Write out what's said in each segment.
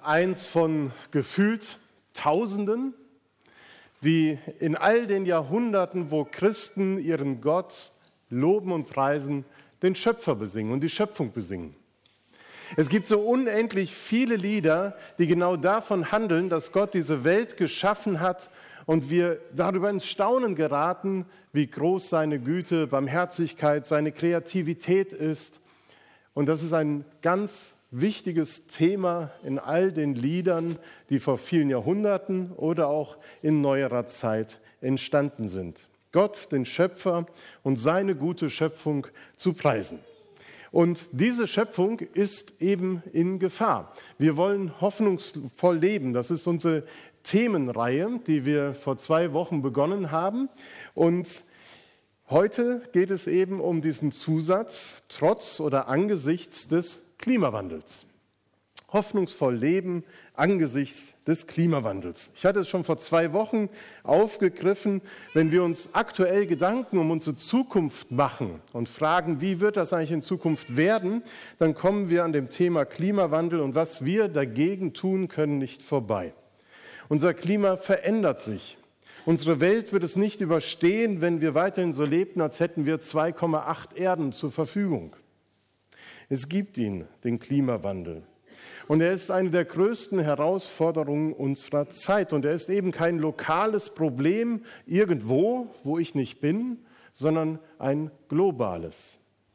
eins von gefühlt Tausenden, die in all den Jahrhunderten, wo Christen ihren Gott loben und preisen, den Schöpfer besingen und die Schöpfung besingen. Es gibt so unendlich viele Lieder, die genau davon handeln, dass Gott diese Welt geschaffen hat und wir darüber ins Staunen geraten, wie groß seine Güte, Barmherzigkeit, seine Kreativität ist. Und das ist ein ganz wichtiges Thema in all den Liedern, die vor vielen Jahrhunderten oder auch in neuerer Zeit entstanden sind. Gott, den Schöpfer und seine gute Schöpfung zu preisen. Und diese Schöpfung ist eben in Gefahr. Wir wollen hoffnungsvoll leben. Das ist unsere Themenreihe, die wir vor 2 Wochen begonnen haben. Und heute geht es eben um diesen Zusatz, trotz oder angesichts des Klimawandels. Hoffnungsvoll leben angesichts des Klimawandels. Ich hatte es schon vor 2 Wochen aufgegriffen, wenn wir uns aktuell Gedanken um unsere Zukunft machen und fragen, wie wird das eigentlich in Zukunft werden, dann kommen wir an dem Thema Klimawandel und was wir dagegen tun können, nicht vorbei. Unser Klima verändert sich. Unsere Welt wird es nicht überstehen, wenn wir weiterhin so lebten, als hätten wir 2,8 Erden zur Verfügung. Es gibt ihn, den Klimawandel. Und er ist eine der größten Herausforderungen unserer Zeit. Und er ist eben kein lokales Problem irgendwo, wo ich nicht bin, sondern ein globales.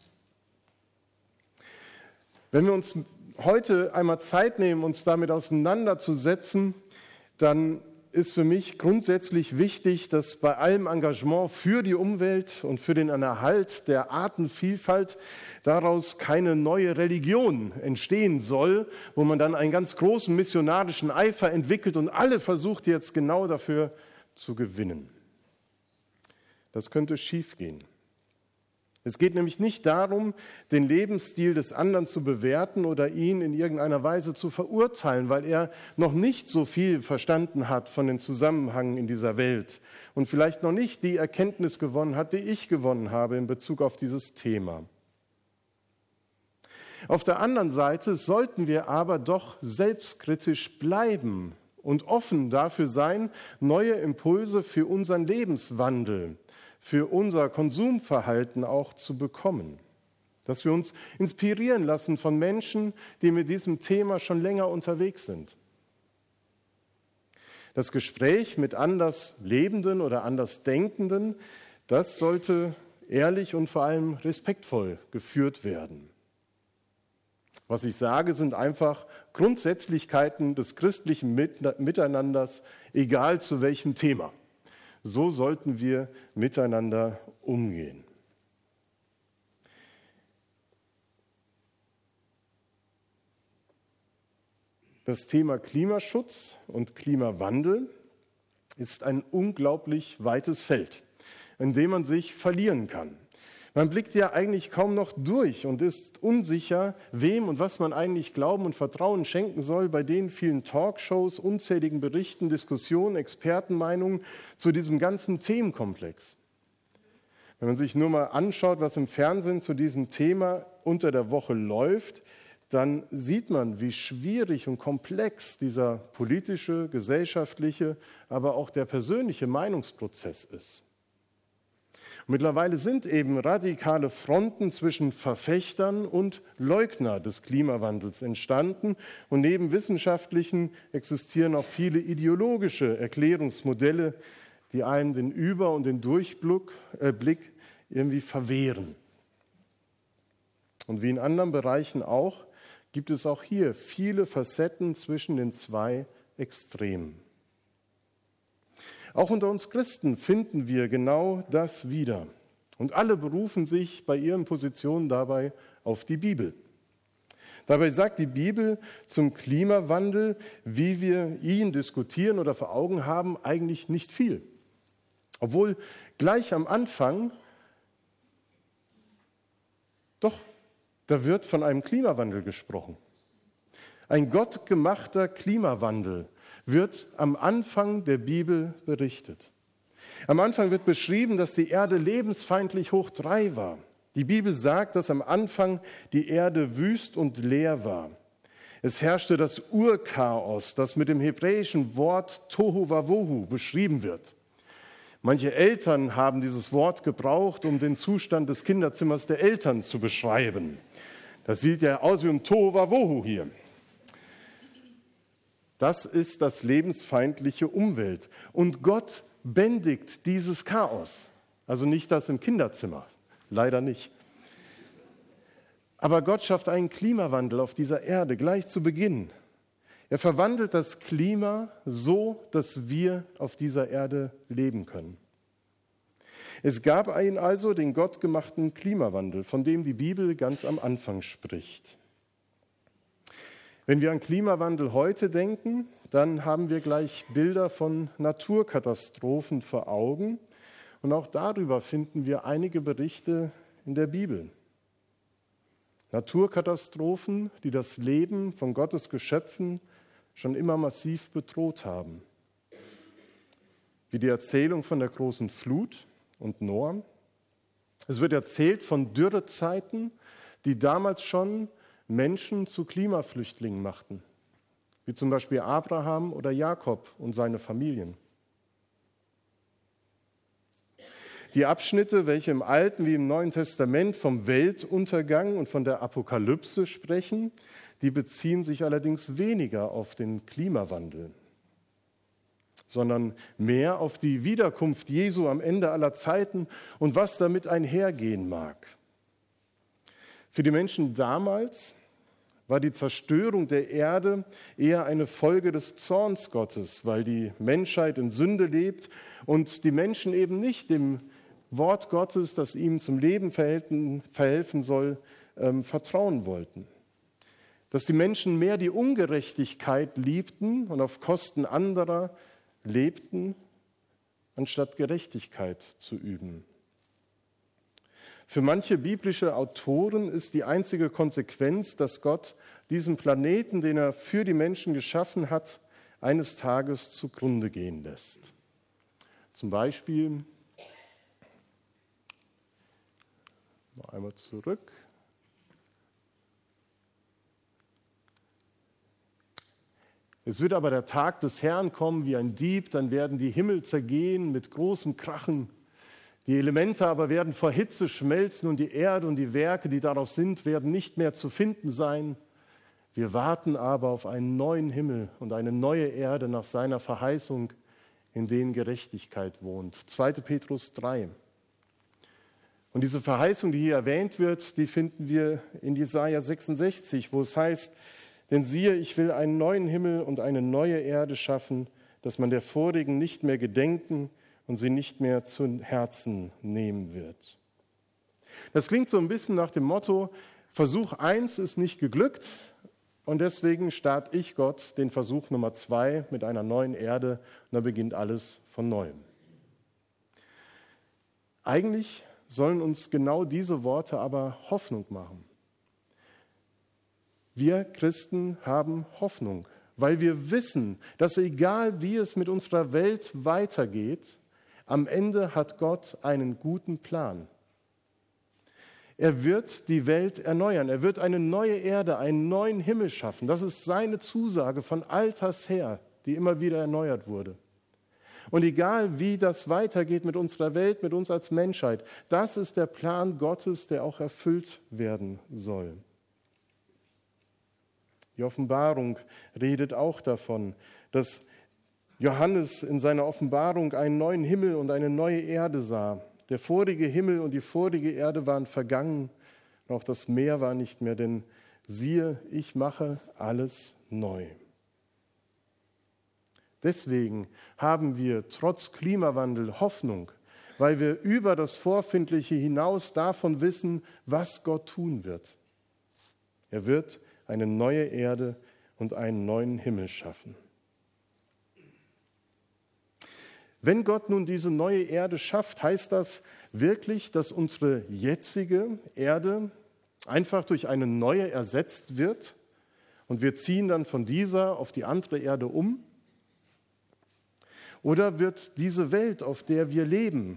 Wenn wir uns heute einmal Zeit nehmen, uns damit auseinanderzusetzen, dann ist für mich grundsätzlich wichtig, dass bei allem Engagement für die Umwelt und für den Erhalt der Artenvielfalt daraus keine neue Religion entstehen soll, wo man dann einen ganz großen missionarischen Eifer entwickelt und alle versucht jetzt genau dafür zu gewinnen. Das könnte schiefgehen. Es geht nämlich nicht darum, den Lebensstil des anderen zu bewerten oder ihn in irgendeiner Weise zu verurteilen, weil er noch nicht so viel verstanden hat von den Zusammenhängen in dieser Welt und vielleicht noch nicht die Erkenntnis gewonnen hat, die ich gewonnen habe in Bezug auf dieses Thema. Auf der anderen Seite sollten wir aber doch selbstkritisch bleiben und offen dafür sein, neue Impulse für unseren Lebenswandel, für unser Konsumverhalten auch zu bekommen. Dass wir uns inspirieren lassen von Menschen, die mit diesem Thema schon länger unterwegs sind. Das Gespräch mit anders Lebenden oder anders Denkenden, das sollte ehrlich und vor allem respektvoll geführt werden. Was ich sage, sind einfach Grundsätzlichkeiten des christlichen Miteinanders, egal zu welchem Thema. So sollten wir miteinander umgehen. Das Thema Klimaschutz und Klimawandel ist ein unglaublich weites Feld, in dem man sich verlieren kann. Man blickt ja eigentlich kaum noch durch und ist unsicher, wem und was man eigentlich Glauben und Vertrauen schenken soll bei den vielen Talkshows, unzähligen Berichten, Diskussionen, Expertenmeinungen zu diesem ganzen Themenkomplex. Wenn man sich nur mal anschaut, was im Fernsehen zu diesem Thema unter der Woche läuft, dann sieht man, wie schwierig und komplex dieser politische, gesellschaftliche, aber auch der persönliche Meinungsprozess ist. Mittlerweile sind eben radikale Fronten zwischen Verfechtern und Leugner des Klimawandels entstanden und neben wissenschaftlichen existieren auch viele ideologische Erklärungsmodelle, die einem den Über- und den Durchblick irgendwie verwehren. Und wie in anderen Bereichen auch, gibt es auch hier viele Facetten zwischen den 2 Extremen. Auch unter uns Christen finden wir genau das wieder. Und alle berufen sich bei ihren Positionen dabei auf die Bibel. Dabei sagt die Bibel zum Klimawandel, wie wir ihn diskutieren oder vor Augen haben, eigentlich nicht viel. Obwohl gleich am Anfang, doch, da wird von einem Klimawandel gesprochen. Ein gottgemachter Klimawandel wird am Anfang der Bibel berichtet. Am Anfang wird beschrieben, dass die Erde lebensfeindlich hoch 3 war. Die Bibel sagt, dass am Anfang die Erde wüst und leer war. Es herrschte das Urchaos, das mit dem hebräischen Wort Tohu Wabohu beschrieben wird. Manche Eltern haben dieses Wort gebraucht, um den Zustand des Kinderzimmers der Eltern zu beschreiben. Das sieht ja aus wie ein Tohu Wabohu hier. Das ist das lebensfeindliche Umwelt. Und Gott bändigt dieses Chaos. Also nicht das im Kinderzimmer, leider nicht. Aber Gott schafft einen Klimawandel auf dieser Erde gleich zu Beginn. Er verwandelt das Klima so, dass wir auf dieser Erde leben können. Es gab also den gottgemachten Klimawandel, von dem die Bibel ganz am Anfang spricht. Wenn wir an Klimawandel heute denken, dann haben wir gleich Bilder von Naturkatastrophen vor Augen. Und auch darüber finden wir einige Berichte in der Bibel. Naturkatastrophen, die das Leben von Gottes Geschöpfen schon immer massiv bedroht haben. Wie die Erzählung von der großen Flut und Noah. Es wird erzählt von Dürrezeiten, die damals schon Menschen zu Klimaflüchtlingen machten. Wie zum Beispiel Abraham oder Jakob und seine Familien. Die Abschnitte, welche im Alten wie im Neuen Testament vom Weltuntergang und von der Apokalypse sprechen, die beziehen sich allerdings weniger auf den Klimawandel, sondern mehr auf die Wiederkunft Jesu am Ende aller Zeiten und was damit einhergehen mag. Für die Menschen damals war die Zerstörung der Erde eher eine Folge des Zorns Gottes, weil die Menschheit in Sünde lebt und die Menschen eben nicht dem Wort Gottes, das ihm zum Leben verhelfen soll, vertrauen wollten. Dass die Menschen mehr die Ungerechtigkeit liebten und auf Kosten anderer lebten, anstatt Gerechtigkeit zu üben. Für manche biblische Autoren ist die einzige Konsequenz, dass Gott diesen Planeten, den er für die Menschen geschaffen hat, eines Tages zugrunde gehen lässt. Zum Beispiel, noch einmal zurück. Es wird aber der Tag des Herrn kommen wie ein Dieb, dann werden die Himmel zergehen mit großem Krachen. Die Elemente aber werden vor Hitze schmelzen und die Erde und die Werke, die darauf sind, werden nicht mehr zu finden sein. Wir warten aber auf einen neuen Himmel und eine neue Erde nach seiner Verheißung, in denen Gerechtigkeit wohnt. 2. Petrus 3. Und diese Verheißung, die hier erwähnt wird, die finden wir in Jesaja 66, wo es heißt, denn siehe, ich will einen neuen Himmel und eine neue Erde schaffen, dass man der vorigen nicht mehr gedenken und sie nicht mehr zu Herzen nehmen wird. Das klingt so ein bisschen nach dem Motto, Versuch 1 ist nicht geglückt und deswegen starte ich Gott den Versuch Nummer 2 mit einer neuen Erde und dann beginnt alles von Neuem. Eigentlich sollen uns genau diese Worte aber Hoffnung machen. Wir Christen haben Hoffnung, weil wir wissen, dass egal wie es mit unserer Welt weitergeht, am Ende hat Gott einen guten Plan. Er wird die Welt erneuern, er wird eine neue Erde, einen neuen Himmel schaffen. Das ist seine Zusage von alters her, die immer wieder erneuert wurde. Und egal wie das weitergeht mit unserer Welt, mit uns als Menschheit, das ist der Plan Gottes, der auch erfüllt werden soll. Die Offenbarung redet auch davon, dass Johannes in seiner Offenbarung einen neuen Himmel und eine neue Erde sah. Der vorige Himmel und die vorige Erde waren vergangen, und auch das Meer war nicht mehr, denn siehe, ich mache alles neu. Deswegen haben wir trotz Klimawandel Hoffnung, weil wir über das Vorfindliche hinaus davon wissen, was Gott tun wird. Er wird eine neue Erde und einen neuen Himmel schaffen. Wenn Gott nun diese neue Erde schafft, heißt das wirklich, dass unsere jetzige Erde einfach durch eine neue ersetzt wird und wir ziehen dann von dieser auf die andere Erde um? Oder wird diese Welt, auf der wir leben,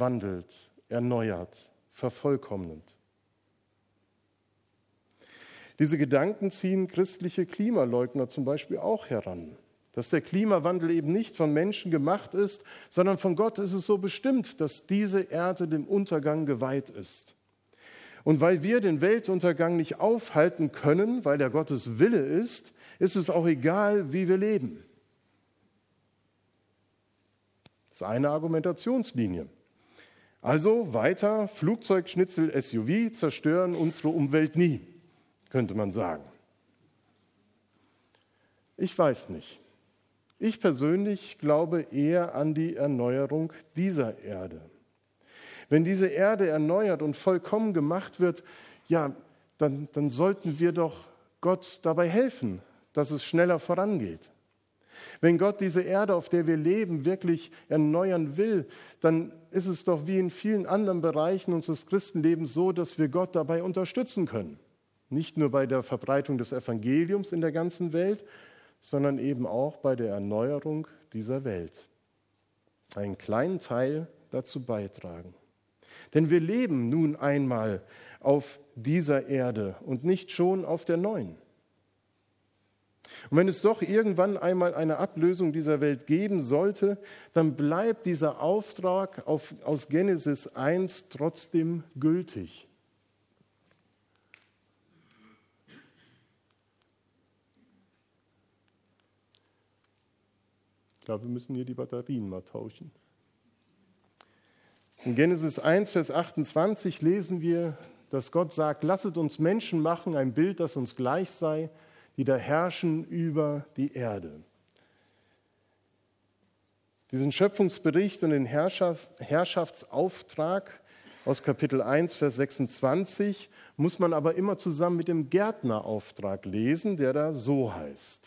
verwandelt, erneuert, vervollkommnet? Diese Gedanken ziehen christliche Klimaleugner zum Beispiel auch heran. Dass der Klimawandel eben nicht von Menschen gemacht ist, sondern von Gott ist es so bestimmt, dass diese Erde dem Untergang geweiht ist. Und weil wir den Weltuntergang nicht aufhalten können, weil er Gottes Wille ist es auch egal, wie wir leben. Das ist eine Argumentationslinie. Also weiter, Flugzeugschnitzel, SUV zerstören unsere Umwelt nie, könnte man sagen. Ich weiß nicht. Ich persönlich glaube eher an die Erneuerung dieser Erde. Wenn diese Erde erneuert und vollkommen gemacht wird, ja, dann sollten wir doch Gott dabei helfen, dass es schneller vorangeht. Wenn Gott diese Erde, auf der wir leben, wirklich erneuern will, dann ist es doch wie in vielen anderen Bereichen unseres Christenlebens so, dass wir Gott dabei unterstützen können. Nicht nur bei der Verbreitung des Evangeliums in der ganzen Welt, sondern eben auch bei der Erneuerung dieser Welt. Einen kleinen Teil dazu beitragen. Denn wir leben nun einmal auf dieser Erde und nicht schon auf der neuen. Und wenn es doch irgendwann einmal eine Ablösung dieser Welt geben sollte, dann bleibt dieser Auftrag aus Genesis 1 trotzdem gültig. Ich glaube, wir müssen hier die Batterien mal tauschen. In Genesis 1, Vers 28 lesen wir, dass Gott sagt, lasset uns Menschen machen, ein Bild, das uns gleich sei, die da herrschen über die Erde. Diesen Schöpfungsbericht und den Herrschaftsauftrag aus Kapitel 1, Vers 26 muss man aber immer zusammen mit dem Gärtnerauftrag lesen, der da so heißt.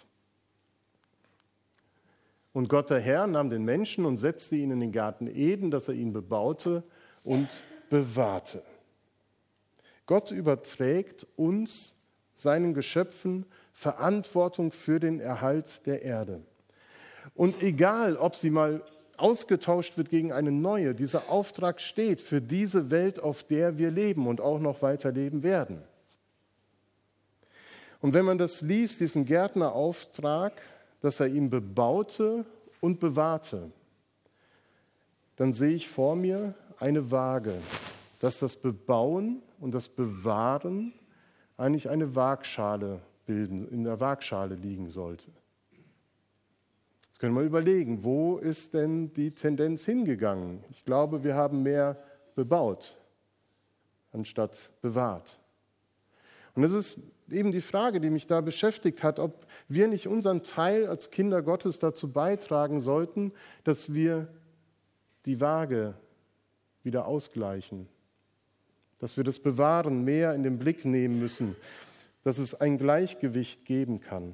Und Gott der Herr nahm den Menschen und setzte ihn in den Garten Eden, dass er ihn bebaute und bewahrte. Gott überträgt uns, seinen Geschöpfen, Verantwortung für den Erhalt der Erde. Und egal, ob sie mal ausgetauscht wird gegen eine neue, dieser Auftrag steht für diese Welt, auf der wir leben und auch noch weiterleben werden. Und wenn man das liest, diesen Gärtnerauftrag, dass er ihn bebaute und bewahrte, dann sehe ich vor mir eine Waage, dass das Bebauen und das Bewahren eigentlich eine Waagschale bilden, in der Waagschale liegen sollte. Jetzt können wir überlegen, wo ist denn die Tendenz hingegangen? Ich glaube, wir haben mehr bebaut, anstatt bewahrt. Und das ist eben die Frage, die mich da beschäftigt hat, ob wir nicht unseren Teil als Kinder Gottes dazu beitragen sollten, dass wir die Waage wieder ausgleichen, dass wir das Bewahren mehr in den Blick nehmen müssen, dass es ein Gleichgewicht geben kann.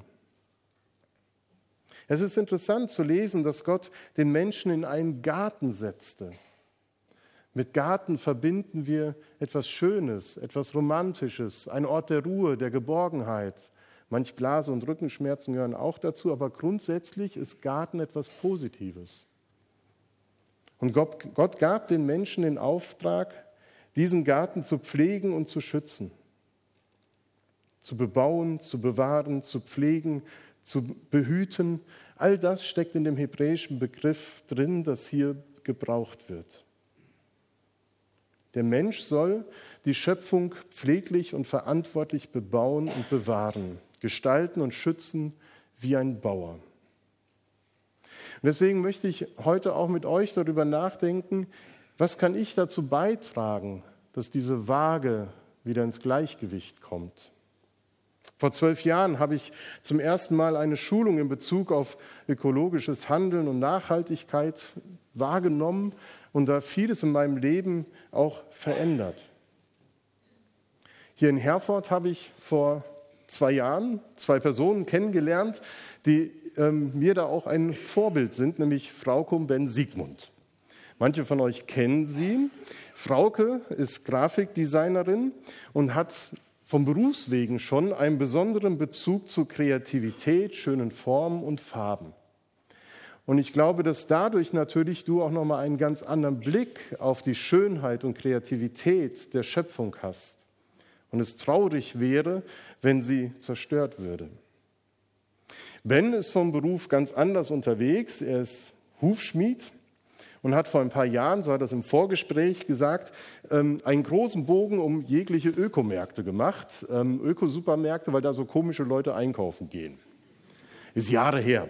Es ist interessant zu lesen, dass Gott den Menschen in einen Garten setzte. Mit Garten verbinden wir etwas Schönes, etwas Romantisches, ein Ort der Ruhe, der Geborgenheit. Manch Blase- und Rückenschmerzen gehören auch dazu, aber grundsätzlich ist Garten etwas Positives. Und Gott gab den Menschen den Auftrag, diesen Garten zu pflegen und zu schützen. Zu bebauen, zu bewahren, zu pflegen, zu behüten. All das steckt in dem hebräischen Begriff drin, das hier gebraucht wird. Der Mensch soll die Schöpfung pfleglich und verantwortlich bebauen und bewahren, gestalten und schützen wie ein Bauer. Und deswegen möchte ich heute auch mit euch darüber nachdenken, was kann ich dazu beitragen, dass diese Waage wieder ins Gleichgewicht kommt. Vor 12 Jahren habe ich zum ersten Mal eine Schulung in Bezug auf ökologisches Handeln und Nachhaltigkeit wahrgenommen und da vieles in meinem Leben auch verändert. Hier in Herford habe ich vor 2 Jahren 2 Personen kennengelernt, die mir da auch ein Vorbild sind, nämlich Frauke und Ben Siegmund. Manche von euch kennen sie. Frauke ist Grafikdesignerin und hat vom Berufswegen schon einen besonderen Bezug zu Kreativität, schönen Formen und Farben. Und ich glaube, dass dadurch natürlich du auch nochmal einen ganz anderen Blick auf die Schönheit und Kreativität der Schöpfung hast. und es traurig wäre, wenn sie zerstört würde. Ben ist vom Beruf ganz anders unterwegs. Er ist Hufschmied und hat vor ein paar Jahren, so hat er es im Vorgespräch gesagt, einen großen Bogen um jegliche Ökomärkte gemacht. Ökosupermärkte, weil da so komische Leute einkaufen gehen. Ist Jahre her.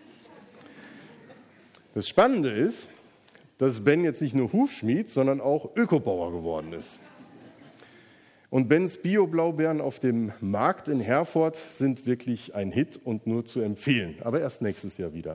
Das Spannende ist, dass Ben jetzt nicht nur Hufschmied, sondern auch Ökobauer geworden ist. Und Bens Bio-Blaubeeren auf dem Markt in Herford sind wirklich ein Hit und nur zu empfehlen. Aber erst nächstes Jahr wieder.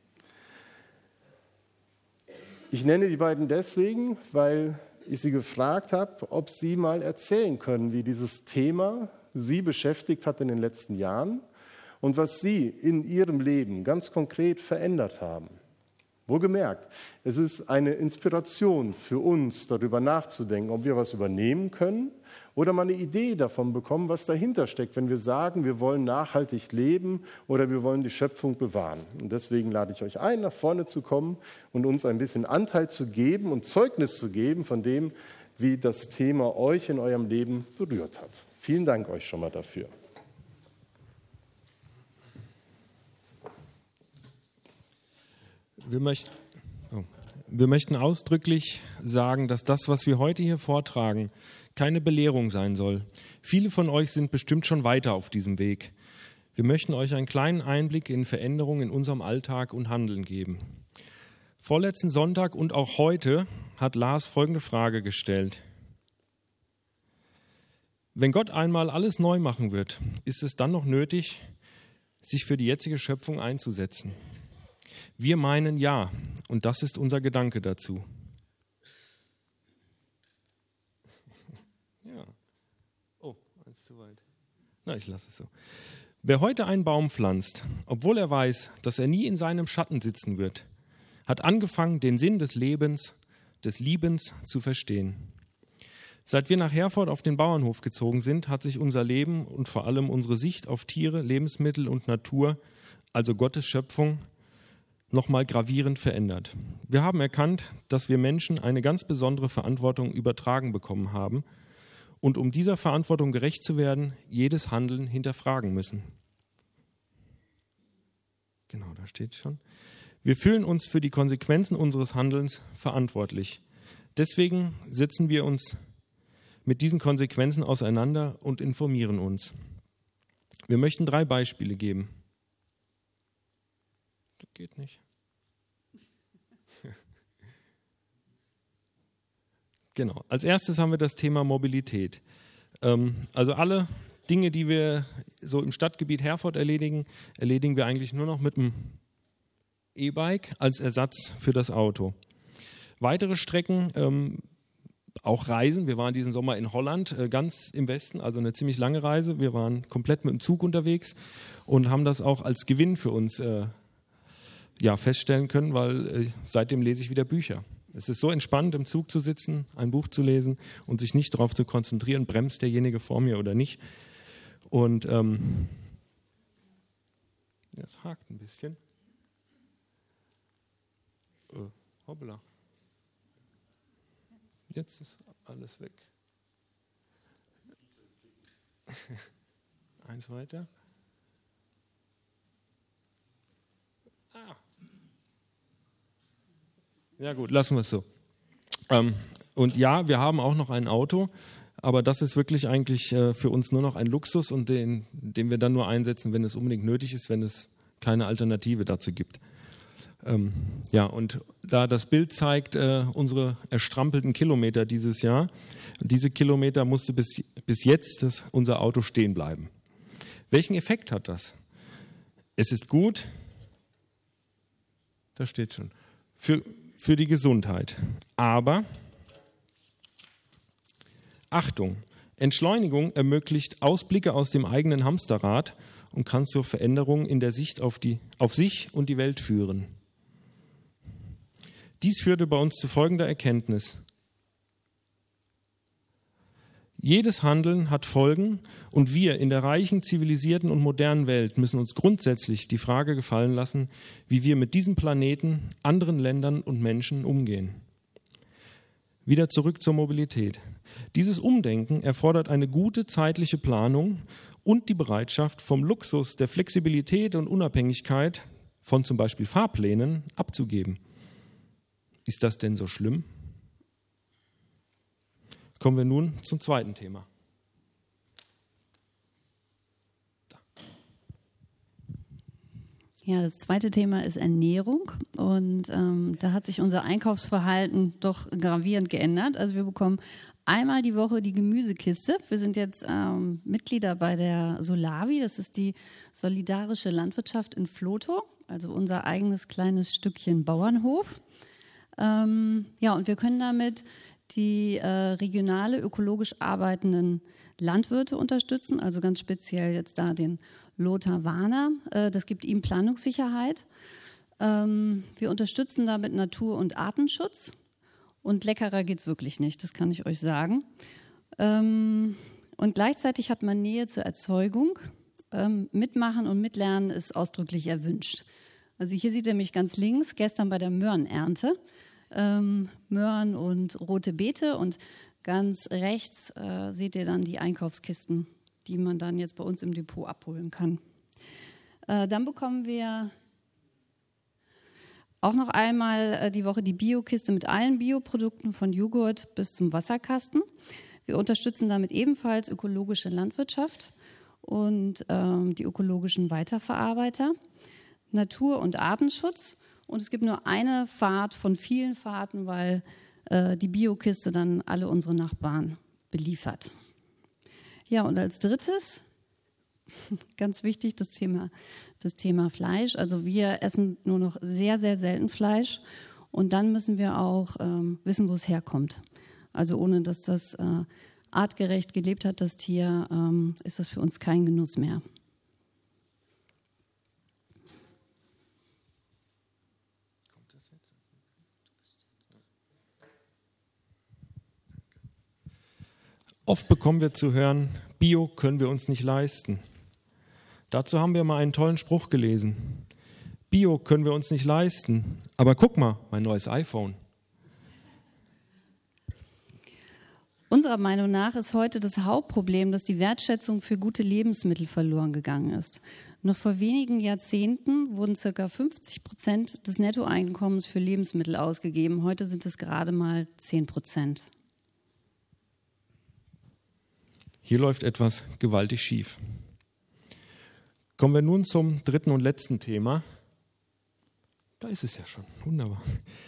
Ich nenne die beiden deswegen, weil ich sie gefragt habe, ob sie mal erzählen können, wie dieses Thema sie beschäftigt hat in den letzten Jahren und was sie in ihrem Leben ganz konkret verändert haben. Wohlgemerkt, es ist eine Inspiration für uns, darüber nachzudenken, ob wir was übernehmen können oder mal eine Idee davon bekommen, was dahinter steckt, wenn wir sagen, wir wollen nachhaltig leben oder wir wollen die Schöpfung bewahren. Und deswegen lade ich euch ein, nach vorne zu kommen und uns ein bisschen Anteil zu geben und Zeugnis zu geben von dem, wie das Thema euch in eurem Leben berührt hat. Vielen Dank euch schon mal dafür. Wir möchten ausdrücklich sagen, dass das, was wir heute hier vortragen, keine Belehrung sein soll. Viele von euch sind bestimmt schon weiter auf diesem Weg. Wir möchten euch einen kleinen Einblick in Veränderungen in unserem Alltag und Handeln geben. Vorletzten Sonntag und auch heute hat Lars folgende Frage gestellt. Wenn Gott einmal alles neu machen wird, ist es dann noch nötig, sich für die jetzige Schöpfung einzusetzen? Wir meinen ja, und das ist unser Gedanke dazu. Ja. Oh, eins zu weit. Na, ich lasse es so. Wer heute einen Baum pflanzt, obwohl er weiß, dass er nie in seinem Schatten sitzen wird, hat angefangen, den Sinn des Lebens, des Liebens zu verstehen. Seit wir nach Herford auf den Bauernhof gezogen sind, hat sich unser Leben und vor allem unsere Sicht auf Tiere, Lebensmittel und Natur, also Gottes Schöpfung, nochmal gravierend verändert. Wir haben erkannt, dass wir Menschen eine ganz besondere Verantwortung übertragen bekommen haben und um dieser Verantwortung gerecht zu werden, jedes Handeln hinterfragen müssen. Genau, da steht schon. Wir fühlen uns für die Konsequenzen unseres Handelns verantwortlich. Deswegen setzen wir uns mit diesen Konsequenzen auseinander und informieren uns. Wir möchten 3 Beispiele geben. Das geht nicht. Genau. Als erstes haben wir das Thema Mobilität. Also alle Dinge, die wir so im Stadtgebiet Herford erledigen wir eigentlich nur noch mit dem E-Bike als Ersatz für das Auto. Weitere Strecken, auch Reisen. Wir waren diesen Sommer in Holland, ganz im Westen, also eine ziemlich lange Reise. Wir waren komplett mit dem Zug unterwegs und haben das auch als Gewinn für uns feststellen können, weil seitdem lese ich wieder Bücher. Es ist so entspannt, im Zug zu sitzen, ein Buch zu lesen und sich nicht darauf zu konzentrieren, bremst derjenige vor mir oder nicht. Und das hakt ein bisschen. Hoppla. Jetzt ist alles weg. Eins weiter. Ja gut, lassen wir es so. Und ja, wir haben auch noch ein Auto, aber das ist wirklich eigentlich für uns nur noch ein Luxus und den wir dann nur einsetzen, wenn es unbedingt nötig ist, wenn es keine Alternative dazu gibt. Und da das Bild zeigt unsere erstrampelten Kilometer dieses Jahr, diese Kilometer musste bis jetzt unser Auto stehen bleiben. Welchen Effekt hat das? Es ist gut, da steht schon, für die Gesundheit. Aber Achtung, Entschleunigung ermöglicht Ausblicke aus dem eigenen Hamsterrad und kann zur Veränderung in der Sicht auf sich und die Welt führen. Dies führte bei uns zu folgender Erkenntnis. Jedes Handeln hat Folgen und wir in der reichen, zivilisierten und modernen Welt müssen uns grundsätzlich die Frage gefallen lassen, wie wir mit diesem Planeten, anderen Ländern und Menschen umgehen. Wieder zurück zur Mobilität. Dieses Umdenken erfordert eine gute zeitliche Planung und die Bereitschaft, vom Luxus der Flexibilität und Unabhängigkeit von zum Beispiel Fahrplänen abzugeben. Ist das denn so schlimm? Kommen wir nun zum zweiten Thema. Ja, das zweite Thema ist Ernährung und da hat sich unser Einkaufsverhalten doch gravierend geändert. Also wir bekommen einmal die Woche die Gemüsekiste. Wir sind jetzt Mitglieder bei der Solavi, das ist die solidarische Landwirtschaft in Vlotho, also unser eigenes kleines Stückchen Bauernhof. Ja, und wir können damit die regionale ökologisch arbeitenden Landwirte unterstützen, also ganz speziell jetzt da den Lothar Warner. Das gibt ihm Planungssicherheit. Wir unterstützen damit Natur- und Artenschutz. Und leckerer geht es wirklich nicht, das kann ich euch sagen. Und gleichzeitig hat man Nähe zur Erzeugung. Mitmachen und mitlernen ist ausdrücklich erwünscht. Also hier seht ihr mich ganz links, gestern bei der Möhrenernte. Möhren und rote Beete und ganz rechts seht ihr dann die Einkaufskisten, die man dann jetzt bei uns im Depot abholen kann. Dann bekommen wir auch noch einmal die Woche die Biokiste mit allen Bioprodukten von Joghurt bis zum Wasserkasten. Wir unterstützen damit ebenfalls ökologische Landwirtschaft und die ökologischen Weiterverarbeiter, Natur- und Artenschutz. Und es gibt nur eine Fahrt von vielen Fahrten, weil die Biokiste dann alle unsere Nachbarn beliefert. Ja, und als drittes, ganz wichtig, das Thema Fleisch. Also wir essen nur noch sehr, sehr selten Fleisch. Und dann müssen wir auch wissen, wo es herkommt. Also ohne, dass das artgerecht gelebt hat, das Tier, ist das für uns kein Genuss mehr. Oft bekommen wir zu hören, Bio können wir uns nicht leisten. Dazu haben wir mal einen tollen Spruch gelesen. Bio können wir uns nicht leisten, aber guck mal, mein neues iPhone. Unserer Meinung nach ist heute das Hauptproblem, dass die Wertschätzung für gute Lebensmittel verloren gegangen ist. Noch vor wenigen Jahrzehnten wurden ca. 50% des Nettoeinkommens für Lebensmittel ausgegeben. Heute sind es gerade mal 10%. Hier läuft etwas gewaltig schief. Kommen wir nun zum dritten und letzten Thema. Da ist es ja schon, wunderbar.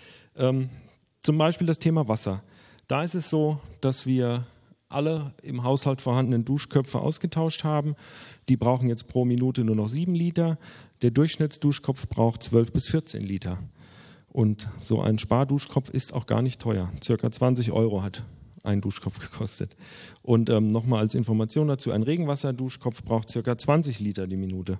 Zum Beispiel das Thema Wasser. Da ist es so, dass wir alle im Haushalt vorhandenen Duschköpfe ausgetauscht haben. Die brauchen jetzt pro Minute nur noch 7 Liter. Der Durchschnittsduschkopf braucht 12 bis 14 Liter. Und so ein Sparduschkopf ist auch gar nicht teuer. Circa 20 € hat ein Duschkopf gekostet. Und nochmal als Information dazu, ein Regenwasserduschkopf braucht ca. 20 Liter die Minute.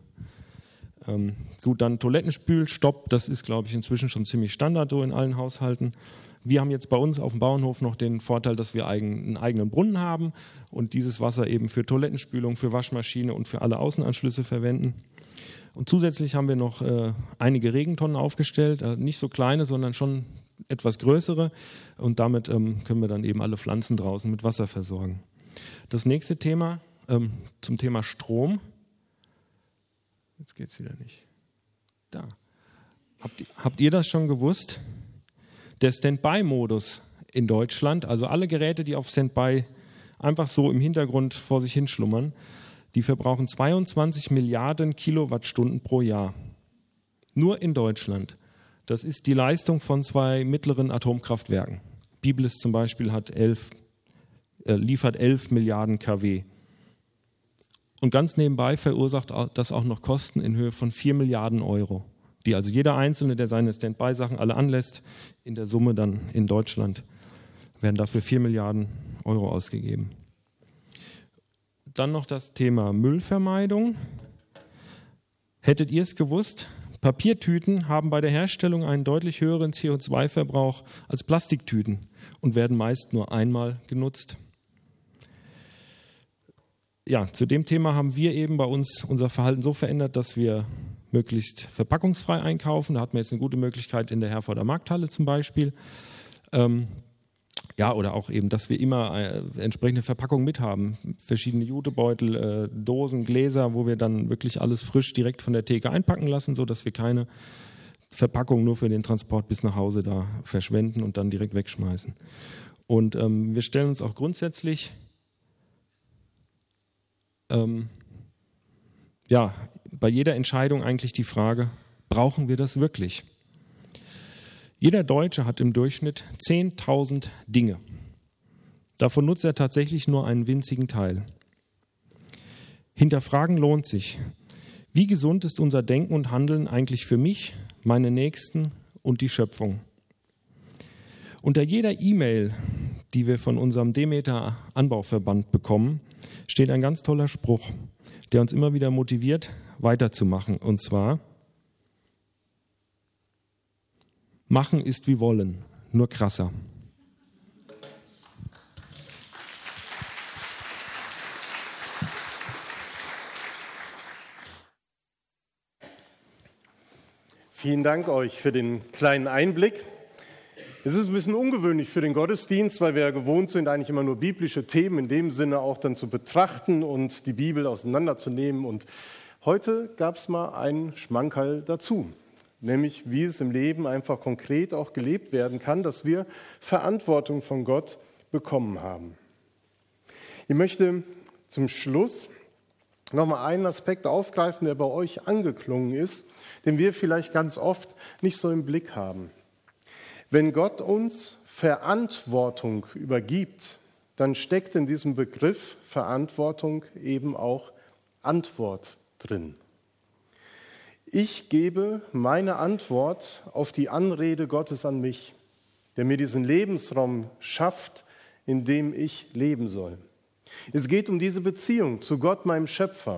Gut, dann Toilettenspülstopp, das ist, glaube ich, inzwischen schon ziemlich Standard so in allen Haushalten. Wir haben jetzt bei uns auf dem Bauernhof noch den Vorteil, dass wir einen eigenen Brunnen haben und dieses Wasser eben für Toilettenspülung, für Waschmaschine und für alle Außenanschlüsse verwenden. Und zusätzlich haben wir noch einige Regentonnen aufgestellt, nicht so kleine, sondern schon etwas größere, und damit können wir dann eben alle Pflanzen draußen mit Wasser versorgen. Das nächste Thema, zum Thema Strom. Jetzt geht es wieder nicht. Da. Habt ihr das schon gewusst? Der Standby-Modus in Deutschland, also alle Geräte, die auf Standby einfach so im Hintergrund vor sich hinschlummern, die verbrauchen 22 Milliarden Kilowattstunden pro Jahr. Nur in Deutschland. Das ist die Leistung von 2 mittleren Atomkraftwerken. Biblis zum Beispiel liefert 11 Milliarden kW. Und ganz nebenbei verursacht das auch noch Kosten in Höhe von 4 Milliarden €, die also jeder Einzelne, der seine Standby-Sachen alle anlässt, in der Summe dann in Deutschland, werden dafür 4 Milliarden € ausgegeben. Dann noch das Thema Müllvermeidung. Hättet ihr es gewusst? Papiertüten haben bei der Herstellung einen deutlich höheren CO2-Verbrauch als Plastiktüten und werden meist nur einmal genutzt. Ja, zu dem Thema haben wir eben bei uns unser Verhalten so verändert, dass wir möglichst verpackungsfrei einkaufen. Da hatten wir jetzt eine gute Möglichkeit in der Herforder Markthalle zum Beispiel. Ja, oder auch eben, dass wir immer entsprechende Verpackungen mit haben. Verschiedene Jutebeutel, Dosen, Gläser, wo wir dann wirklich alles frisch direkt von der Theke einpacken lassen, sodass wir keine Verpackung nur für den Transport bis nach Hause da verschwenden und dann direkt wegschmeißen. Und wir stellen uns auch grundsätzlich bei jeder Entscheidung eigentlich die Frage, brauchen wir das wirklich? Jeder Deutsche hat im Durchschnitt 10.000 Dinge. Davon nutzt er tatsächlich nur einen winzigen Teil. Hinterfragen lohnt sich. Wie gesund ist unser Denken und Handeln eigentlich für mich, meine Nächsten und die Schöpfung? Unter jeder E-Mail, die wir von unserem Demeter Anbauverband bekommen, steht ein ganz toller Spruch, der uns immer wieder motiviert, weiterzumachen. Und zwar: Machen ist wie wollen, nur krasser. Vielen Dank euch für den kleinen Einblick. Es ist ein bisschen ungewöhnlich für den Gottesdienst, weil wir ja gewohnt sind, eigentlich immer nur biblische Themen in dem Sinne auch dann zu betrachten und die Bibel auseinanderzunehmen. Und heute gab es mal einen Schmankerl dazu, nämlich wie es im Leben einfach konkret auch gelebt werden kann, dass wir Verantwortung von Gott bekommen haben. Ich möchte zum Schluss nochmal einen Aspekt aufgreifen, der bei euch angeklungen ist, den wir vielleicht ganz oft nicht so im Blick haben. Wenn Gott uns Verantwortung übergibt, dann steckt in diesem Begriff Verantwortung eben auch Antwort drin. Ich gebe meine Antwort auf die Anrede Gottes an mich, der mir diesen Lebensraum schafft, in dem ich leben soll. Es geht um diese Beziehung zu Gott, meinem Schöpfer.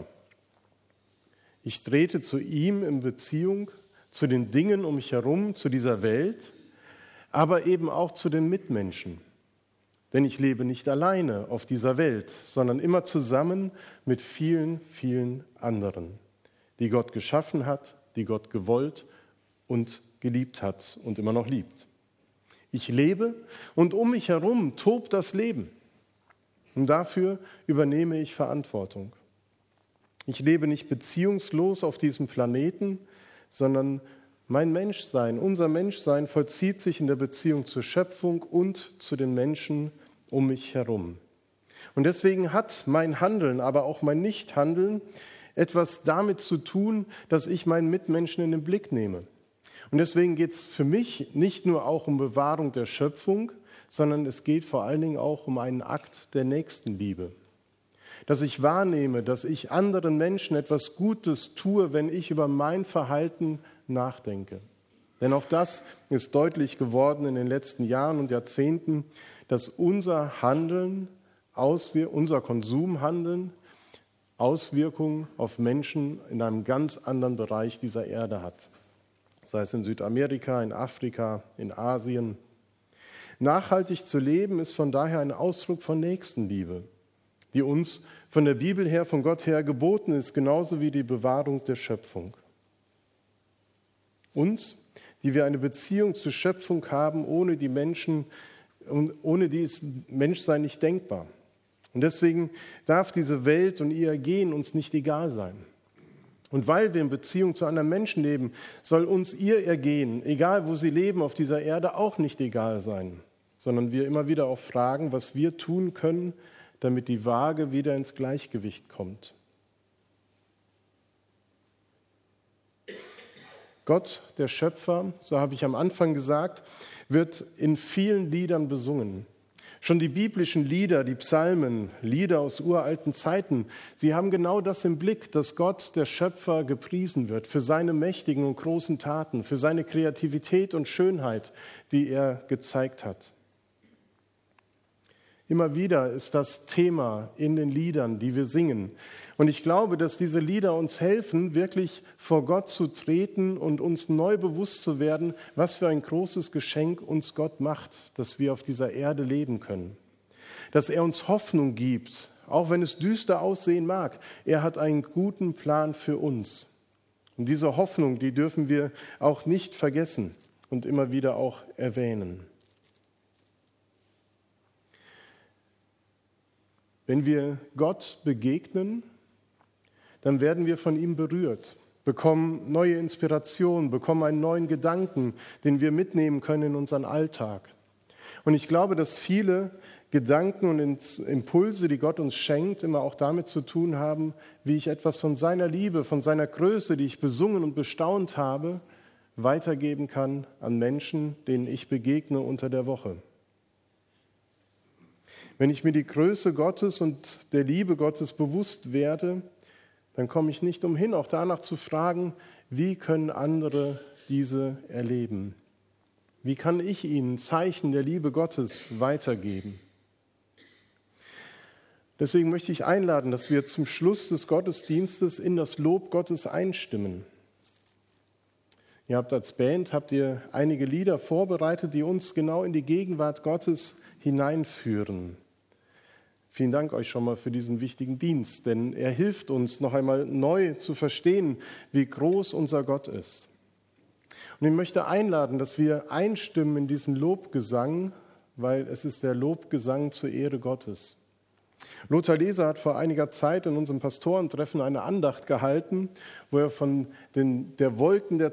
Ich trete zu ihm in Beziehung zu den Dingen um mich herum, zu dieser Welt, aber eben auch zu den Mitmenschen. Denn ich lebe nicht alleine auf dieser Welt, sondern immer zusammen mit vielen, vielen anderen, die Gott geschaffen hat, die Gott gewollt und geliebt hat und immer noch liebt. Ich lebe und um mich herum tobt das Leben. Und dafür übernehme ich Verantwortung. Ich lebe nicht beziehungslos auf diesem Planeten, sondern mein Menschsein, unser Menschsein vollzieht sich in der Beziehung zur Schöpfung und zu den Menschen um mich herum. Und deswegen hat mein Handeln, aber auch mein Nichthandeln etwas damit zu tun, dass ich meinen Mitmenschen in den Blick nehme. Und deswegen geht es für mich nicht nur auch um Bewahrung der Schöpfung, sondern es geht vor allen Dingen auch um einen Akt der Nächstenliebe. Dass ich wahrnehme, dass ich anderen Menschen etwas Gutes tue, wenn ich über mein Verhalten nachdenke. Denn auch das ist deutlich geworden in den letzten Jahren und Jahrzehnten, dass unser Handeln, unser Konsumhandeln Auswirkungen auf Menschen in einem ganz anderen Bereich dieser Erde hat. Sei es in Südamerika, in Afrika, in Asien. Nachhaltig zu leben ist von daher ein Ausdruck von Nächstenliebe, die uns von der Bibel her, von Gott her geboten ist, genauso wie die Bewahrung der Schöpfung. Uns, die wir eine Beziehung zur Schöpfung haben, ohne die ist Menschsein nicht denkbar. Und deswegen darf diese Welt und ihr Ergehen uns nicht egal sein. Und weil wir in Beziehung zu anderen Menschen leben, soll uns ihr Ergehen, egal wo sie leben auf dieser Erde, auch nicht egal sein, sondern wir immer wieder auch fragen, was wir tun können, damit die Waage wieder ins Gleichgewicht kommt. Gott, der Schöpfer, so habe ich am Anfang gesagt, wird in vielen Liedern besungen. Schon die biblischen Lieder, die Psalmen, Lieder aus uralten Zeiten, sie haben genau das im Blick, dass Gott, der Schöpfer, gepriesen wird für seine mächtigen und großen Taten, für seine Kreativität und Schönheit, die er gezeigt hat. Immer wieder ist das Thema in den Liedern, die wir singen. Und ich glaube, dass diese Lieder uns helfen, wirklich vor Gott zu treten und uns neu bewusst zu werden, was für ein großes Geschenk uns Gott macht, dass wir auf dieser Erde leben können. Dass er uns Hoffnung gibt, auch wenn es düster aussehen mag. Er hat einen guten Plan für uns. Und diese Hoffnung, die dürfen wir auch nicht vergessen und immer wieder auch erwähnen. Wenn wir Gott begegnen, dann werden wir von ihm berührt, bekommen neue Inspirationen, bekommen einen neuen Gedanken, den wir mitnehmen können in unseren Alltag. Und ich glaube, dass viele Gedanken und Impulse, die Gott uns schenkt, immer auch damit zu tun haben, wie ich etwas von seiner Liebe, von seiner Größe, die ich besungen und bestaunt habe, weitergeben kann an Menschen, denen ich begegne unter der Woche. Wenn ich mir die Größe Gottes und der Liebe Gottes bewusst werde, dann komme ich nicht umhin, auch danach zu fragen, wie können andere diese erleben? Wie kann ich ihnen Zeichen der Liebe Gottes weitergeben? Deswegen möchte ich einladen, dass wir zum Schluss des Gottesdienstes in das Lob Gottes einstimmen. Ihr habt als Band einige Lieder vorbereitet, die uns genau in die Gegenwart Gottes hineinführen. Vielen Dank euch schon mal für diesen wichtigen Dienst, denn er hilft uns noch einmal neu zu verstehen, wie groß unser Gott ist. Und ich möchte einladen, dass wir einstimmen in diesen Lobgesang, weil es ist der Lobgesang zur Ehre Gottes. Lothar Leser hat vor einiger Zeit in unserem Pastorentreffen eine Andacht gehalten, wo er von der Wolke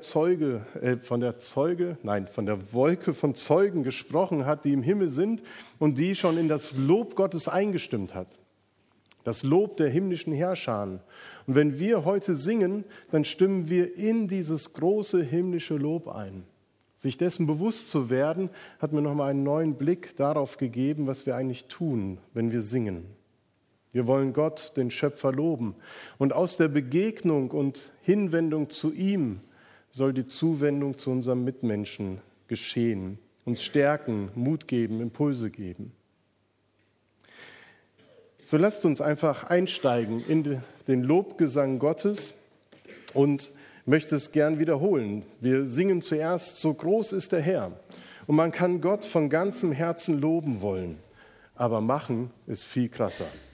von Zeugen gesprochen hat, die im Himmel sind und die schon in das Lob Gottes eingestimmt hat. Das Lob der himmlischen Herrscher. Und wenn wir heute singen, dann stimmen wir in dieses große himmlische Lob ein. Sich dessen bewusst zu werden, hat mir nochmal einen neuen Blick darauf gegeben, was wir eigentlich tun, wenn wir singen. Wir wollen Gott, den Schöpfer, loben. Und aus der Begegnung und Hinwendung zu ihm soll die Zuwendung zu unserem Mitmenschen geschehen, uns stärken, Mut geben, Impulse geben. So lasst uns einfach einsteigen in den Lobgesang Gottes und möchte es gern wiederholen. Wir singen zuerst, so groß ist der Herr. Und man kann Gott von ganzem Herzen loben wollen, aber machen ist viel krasser.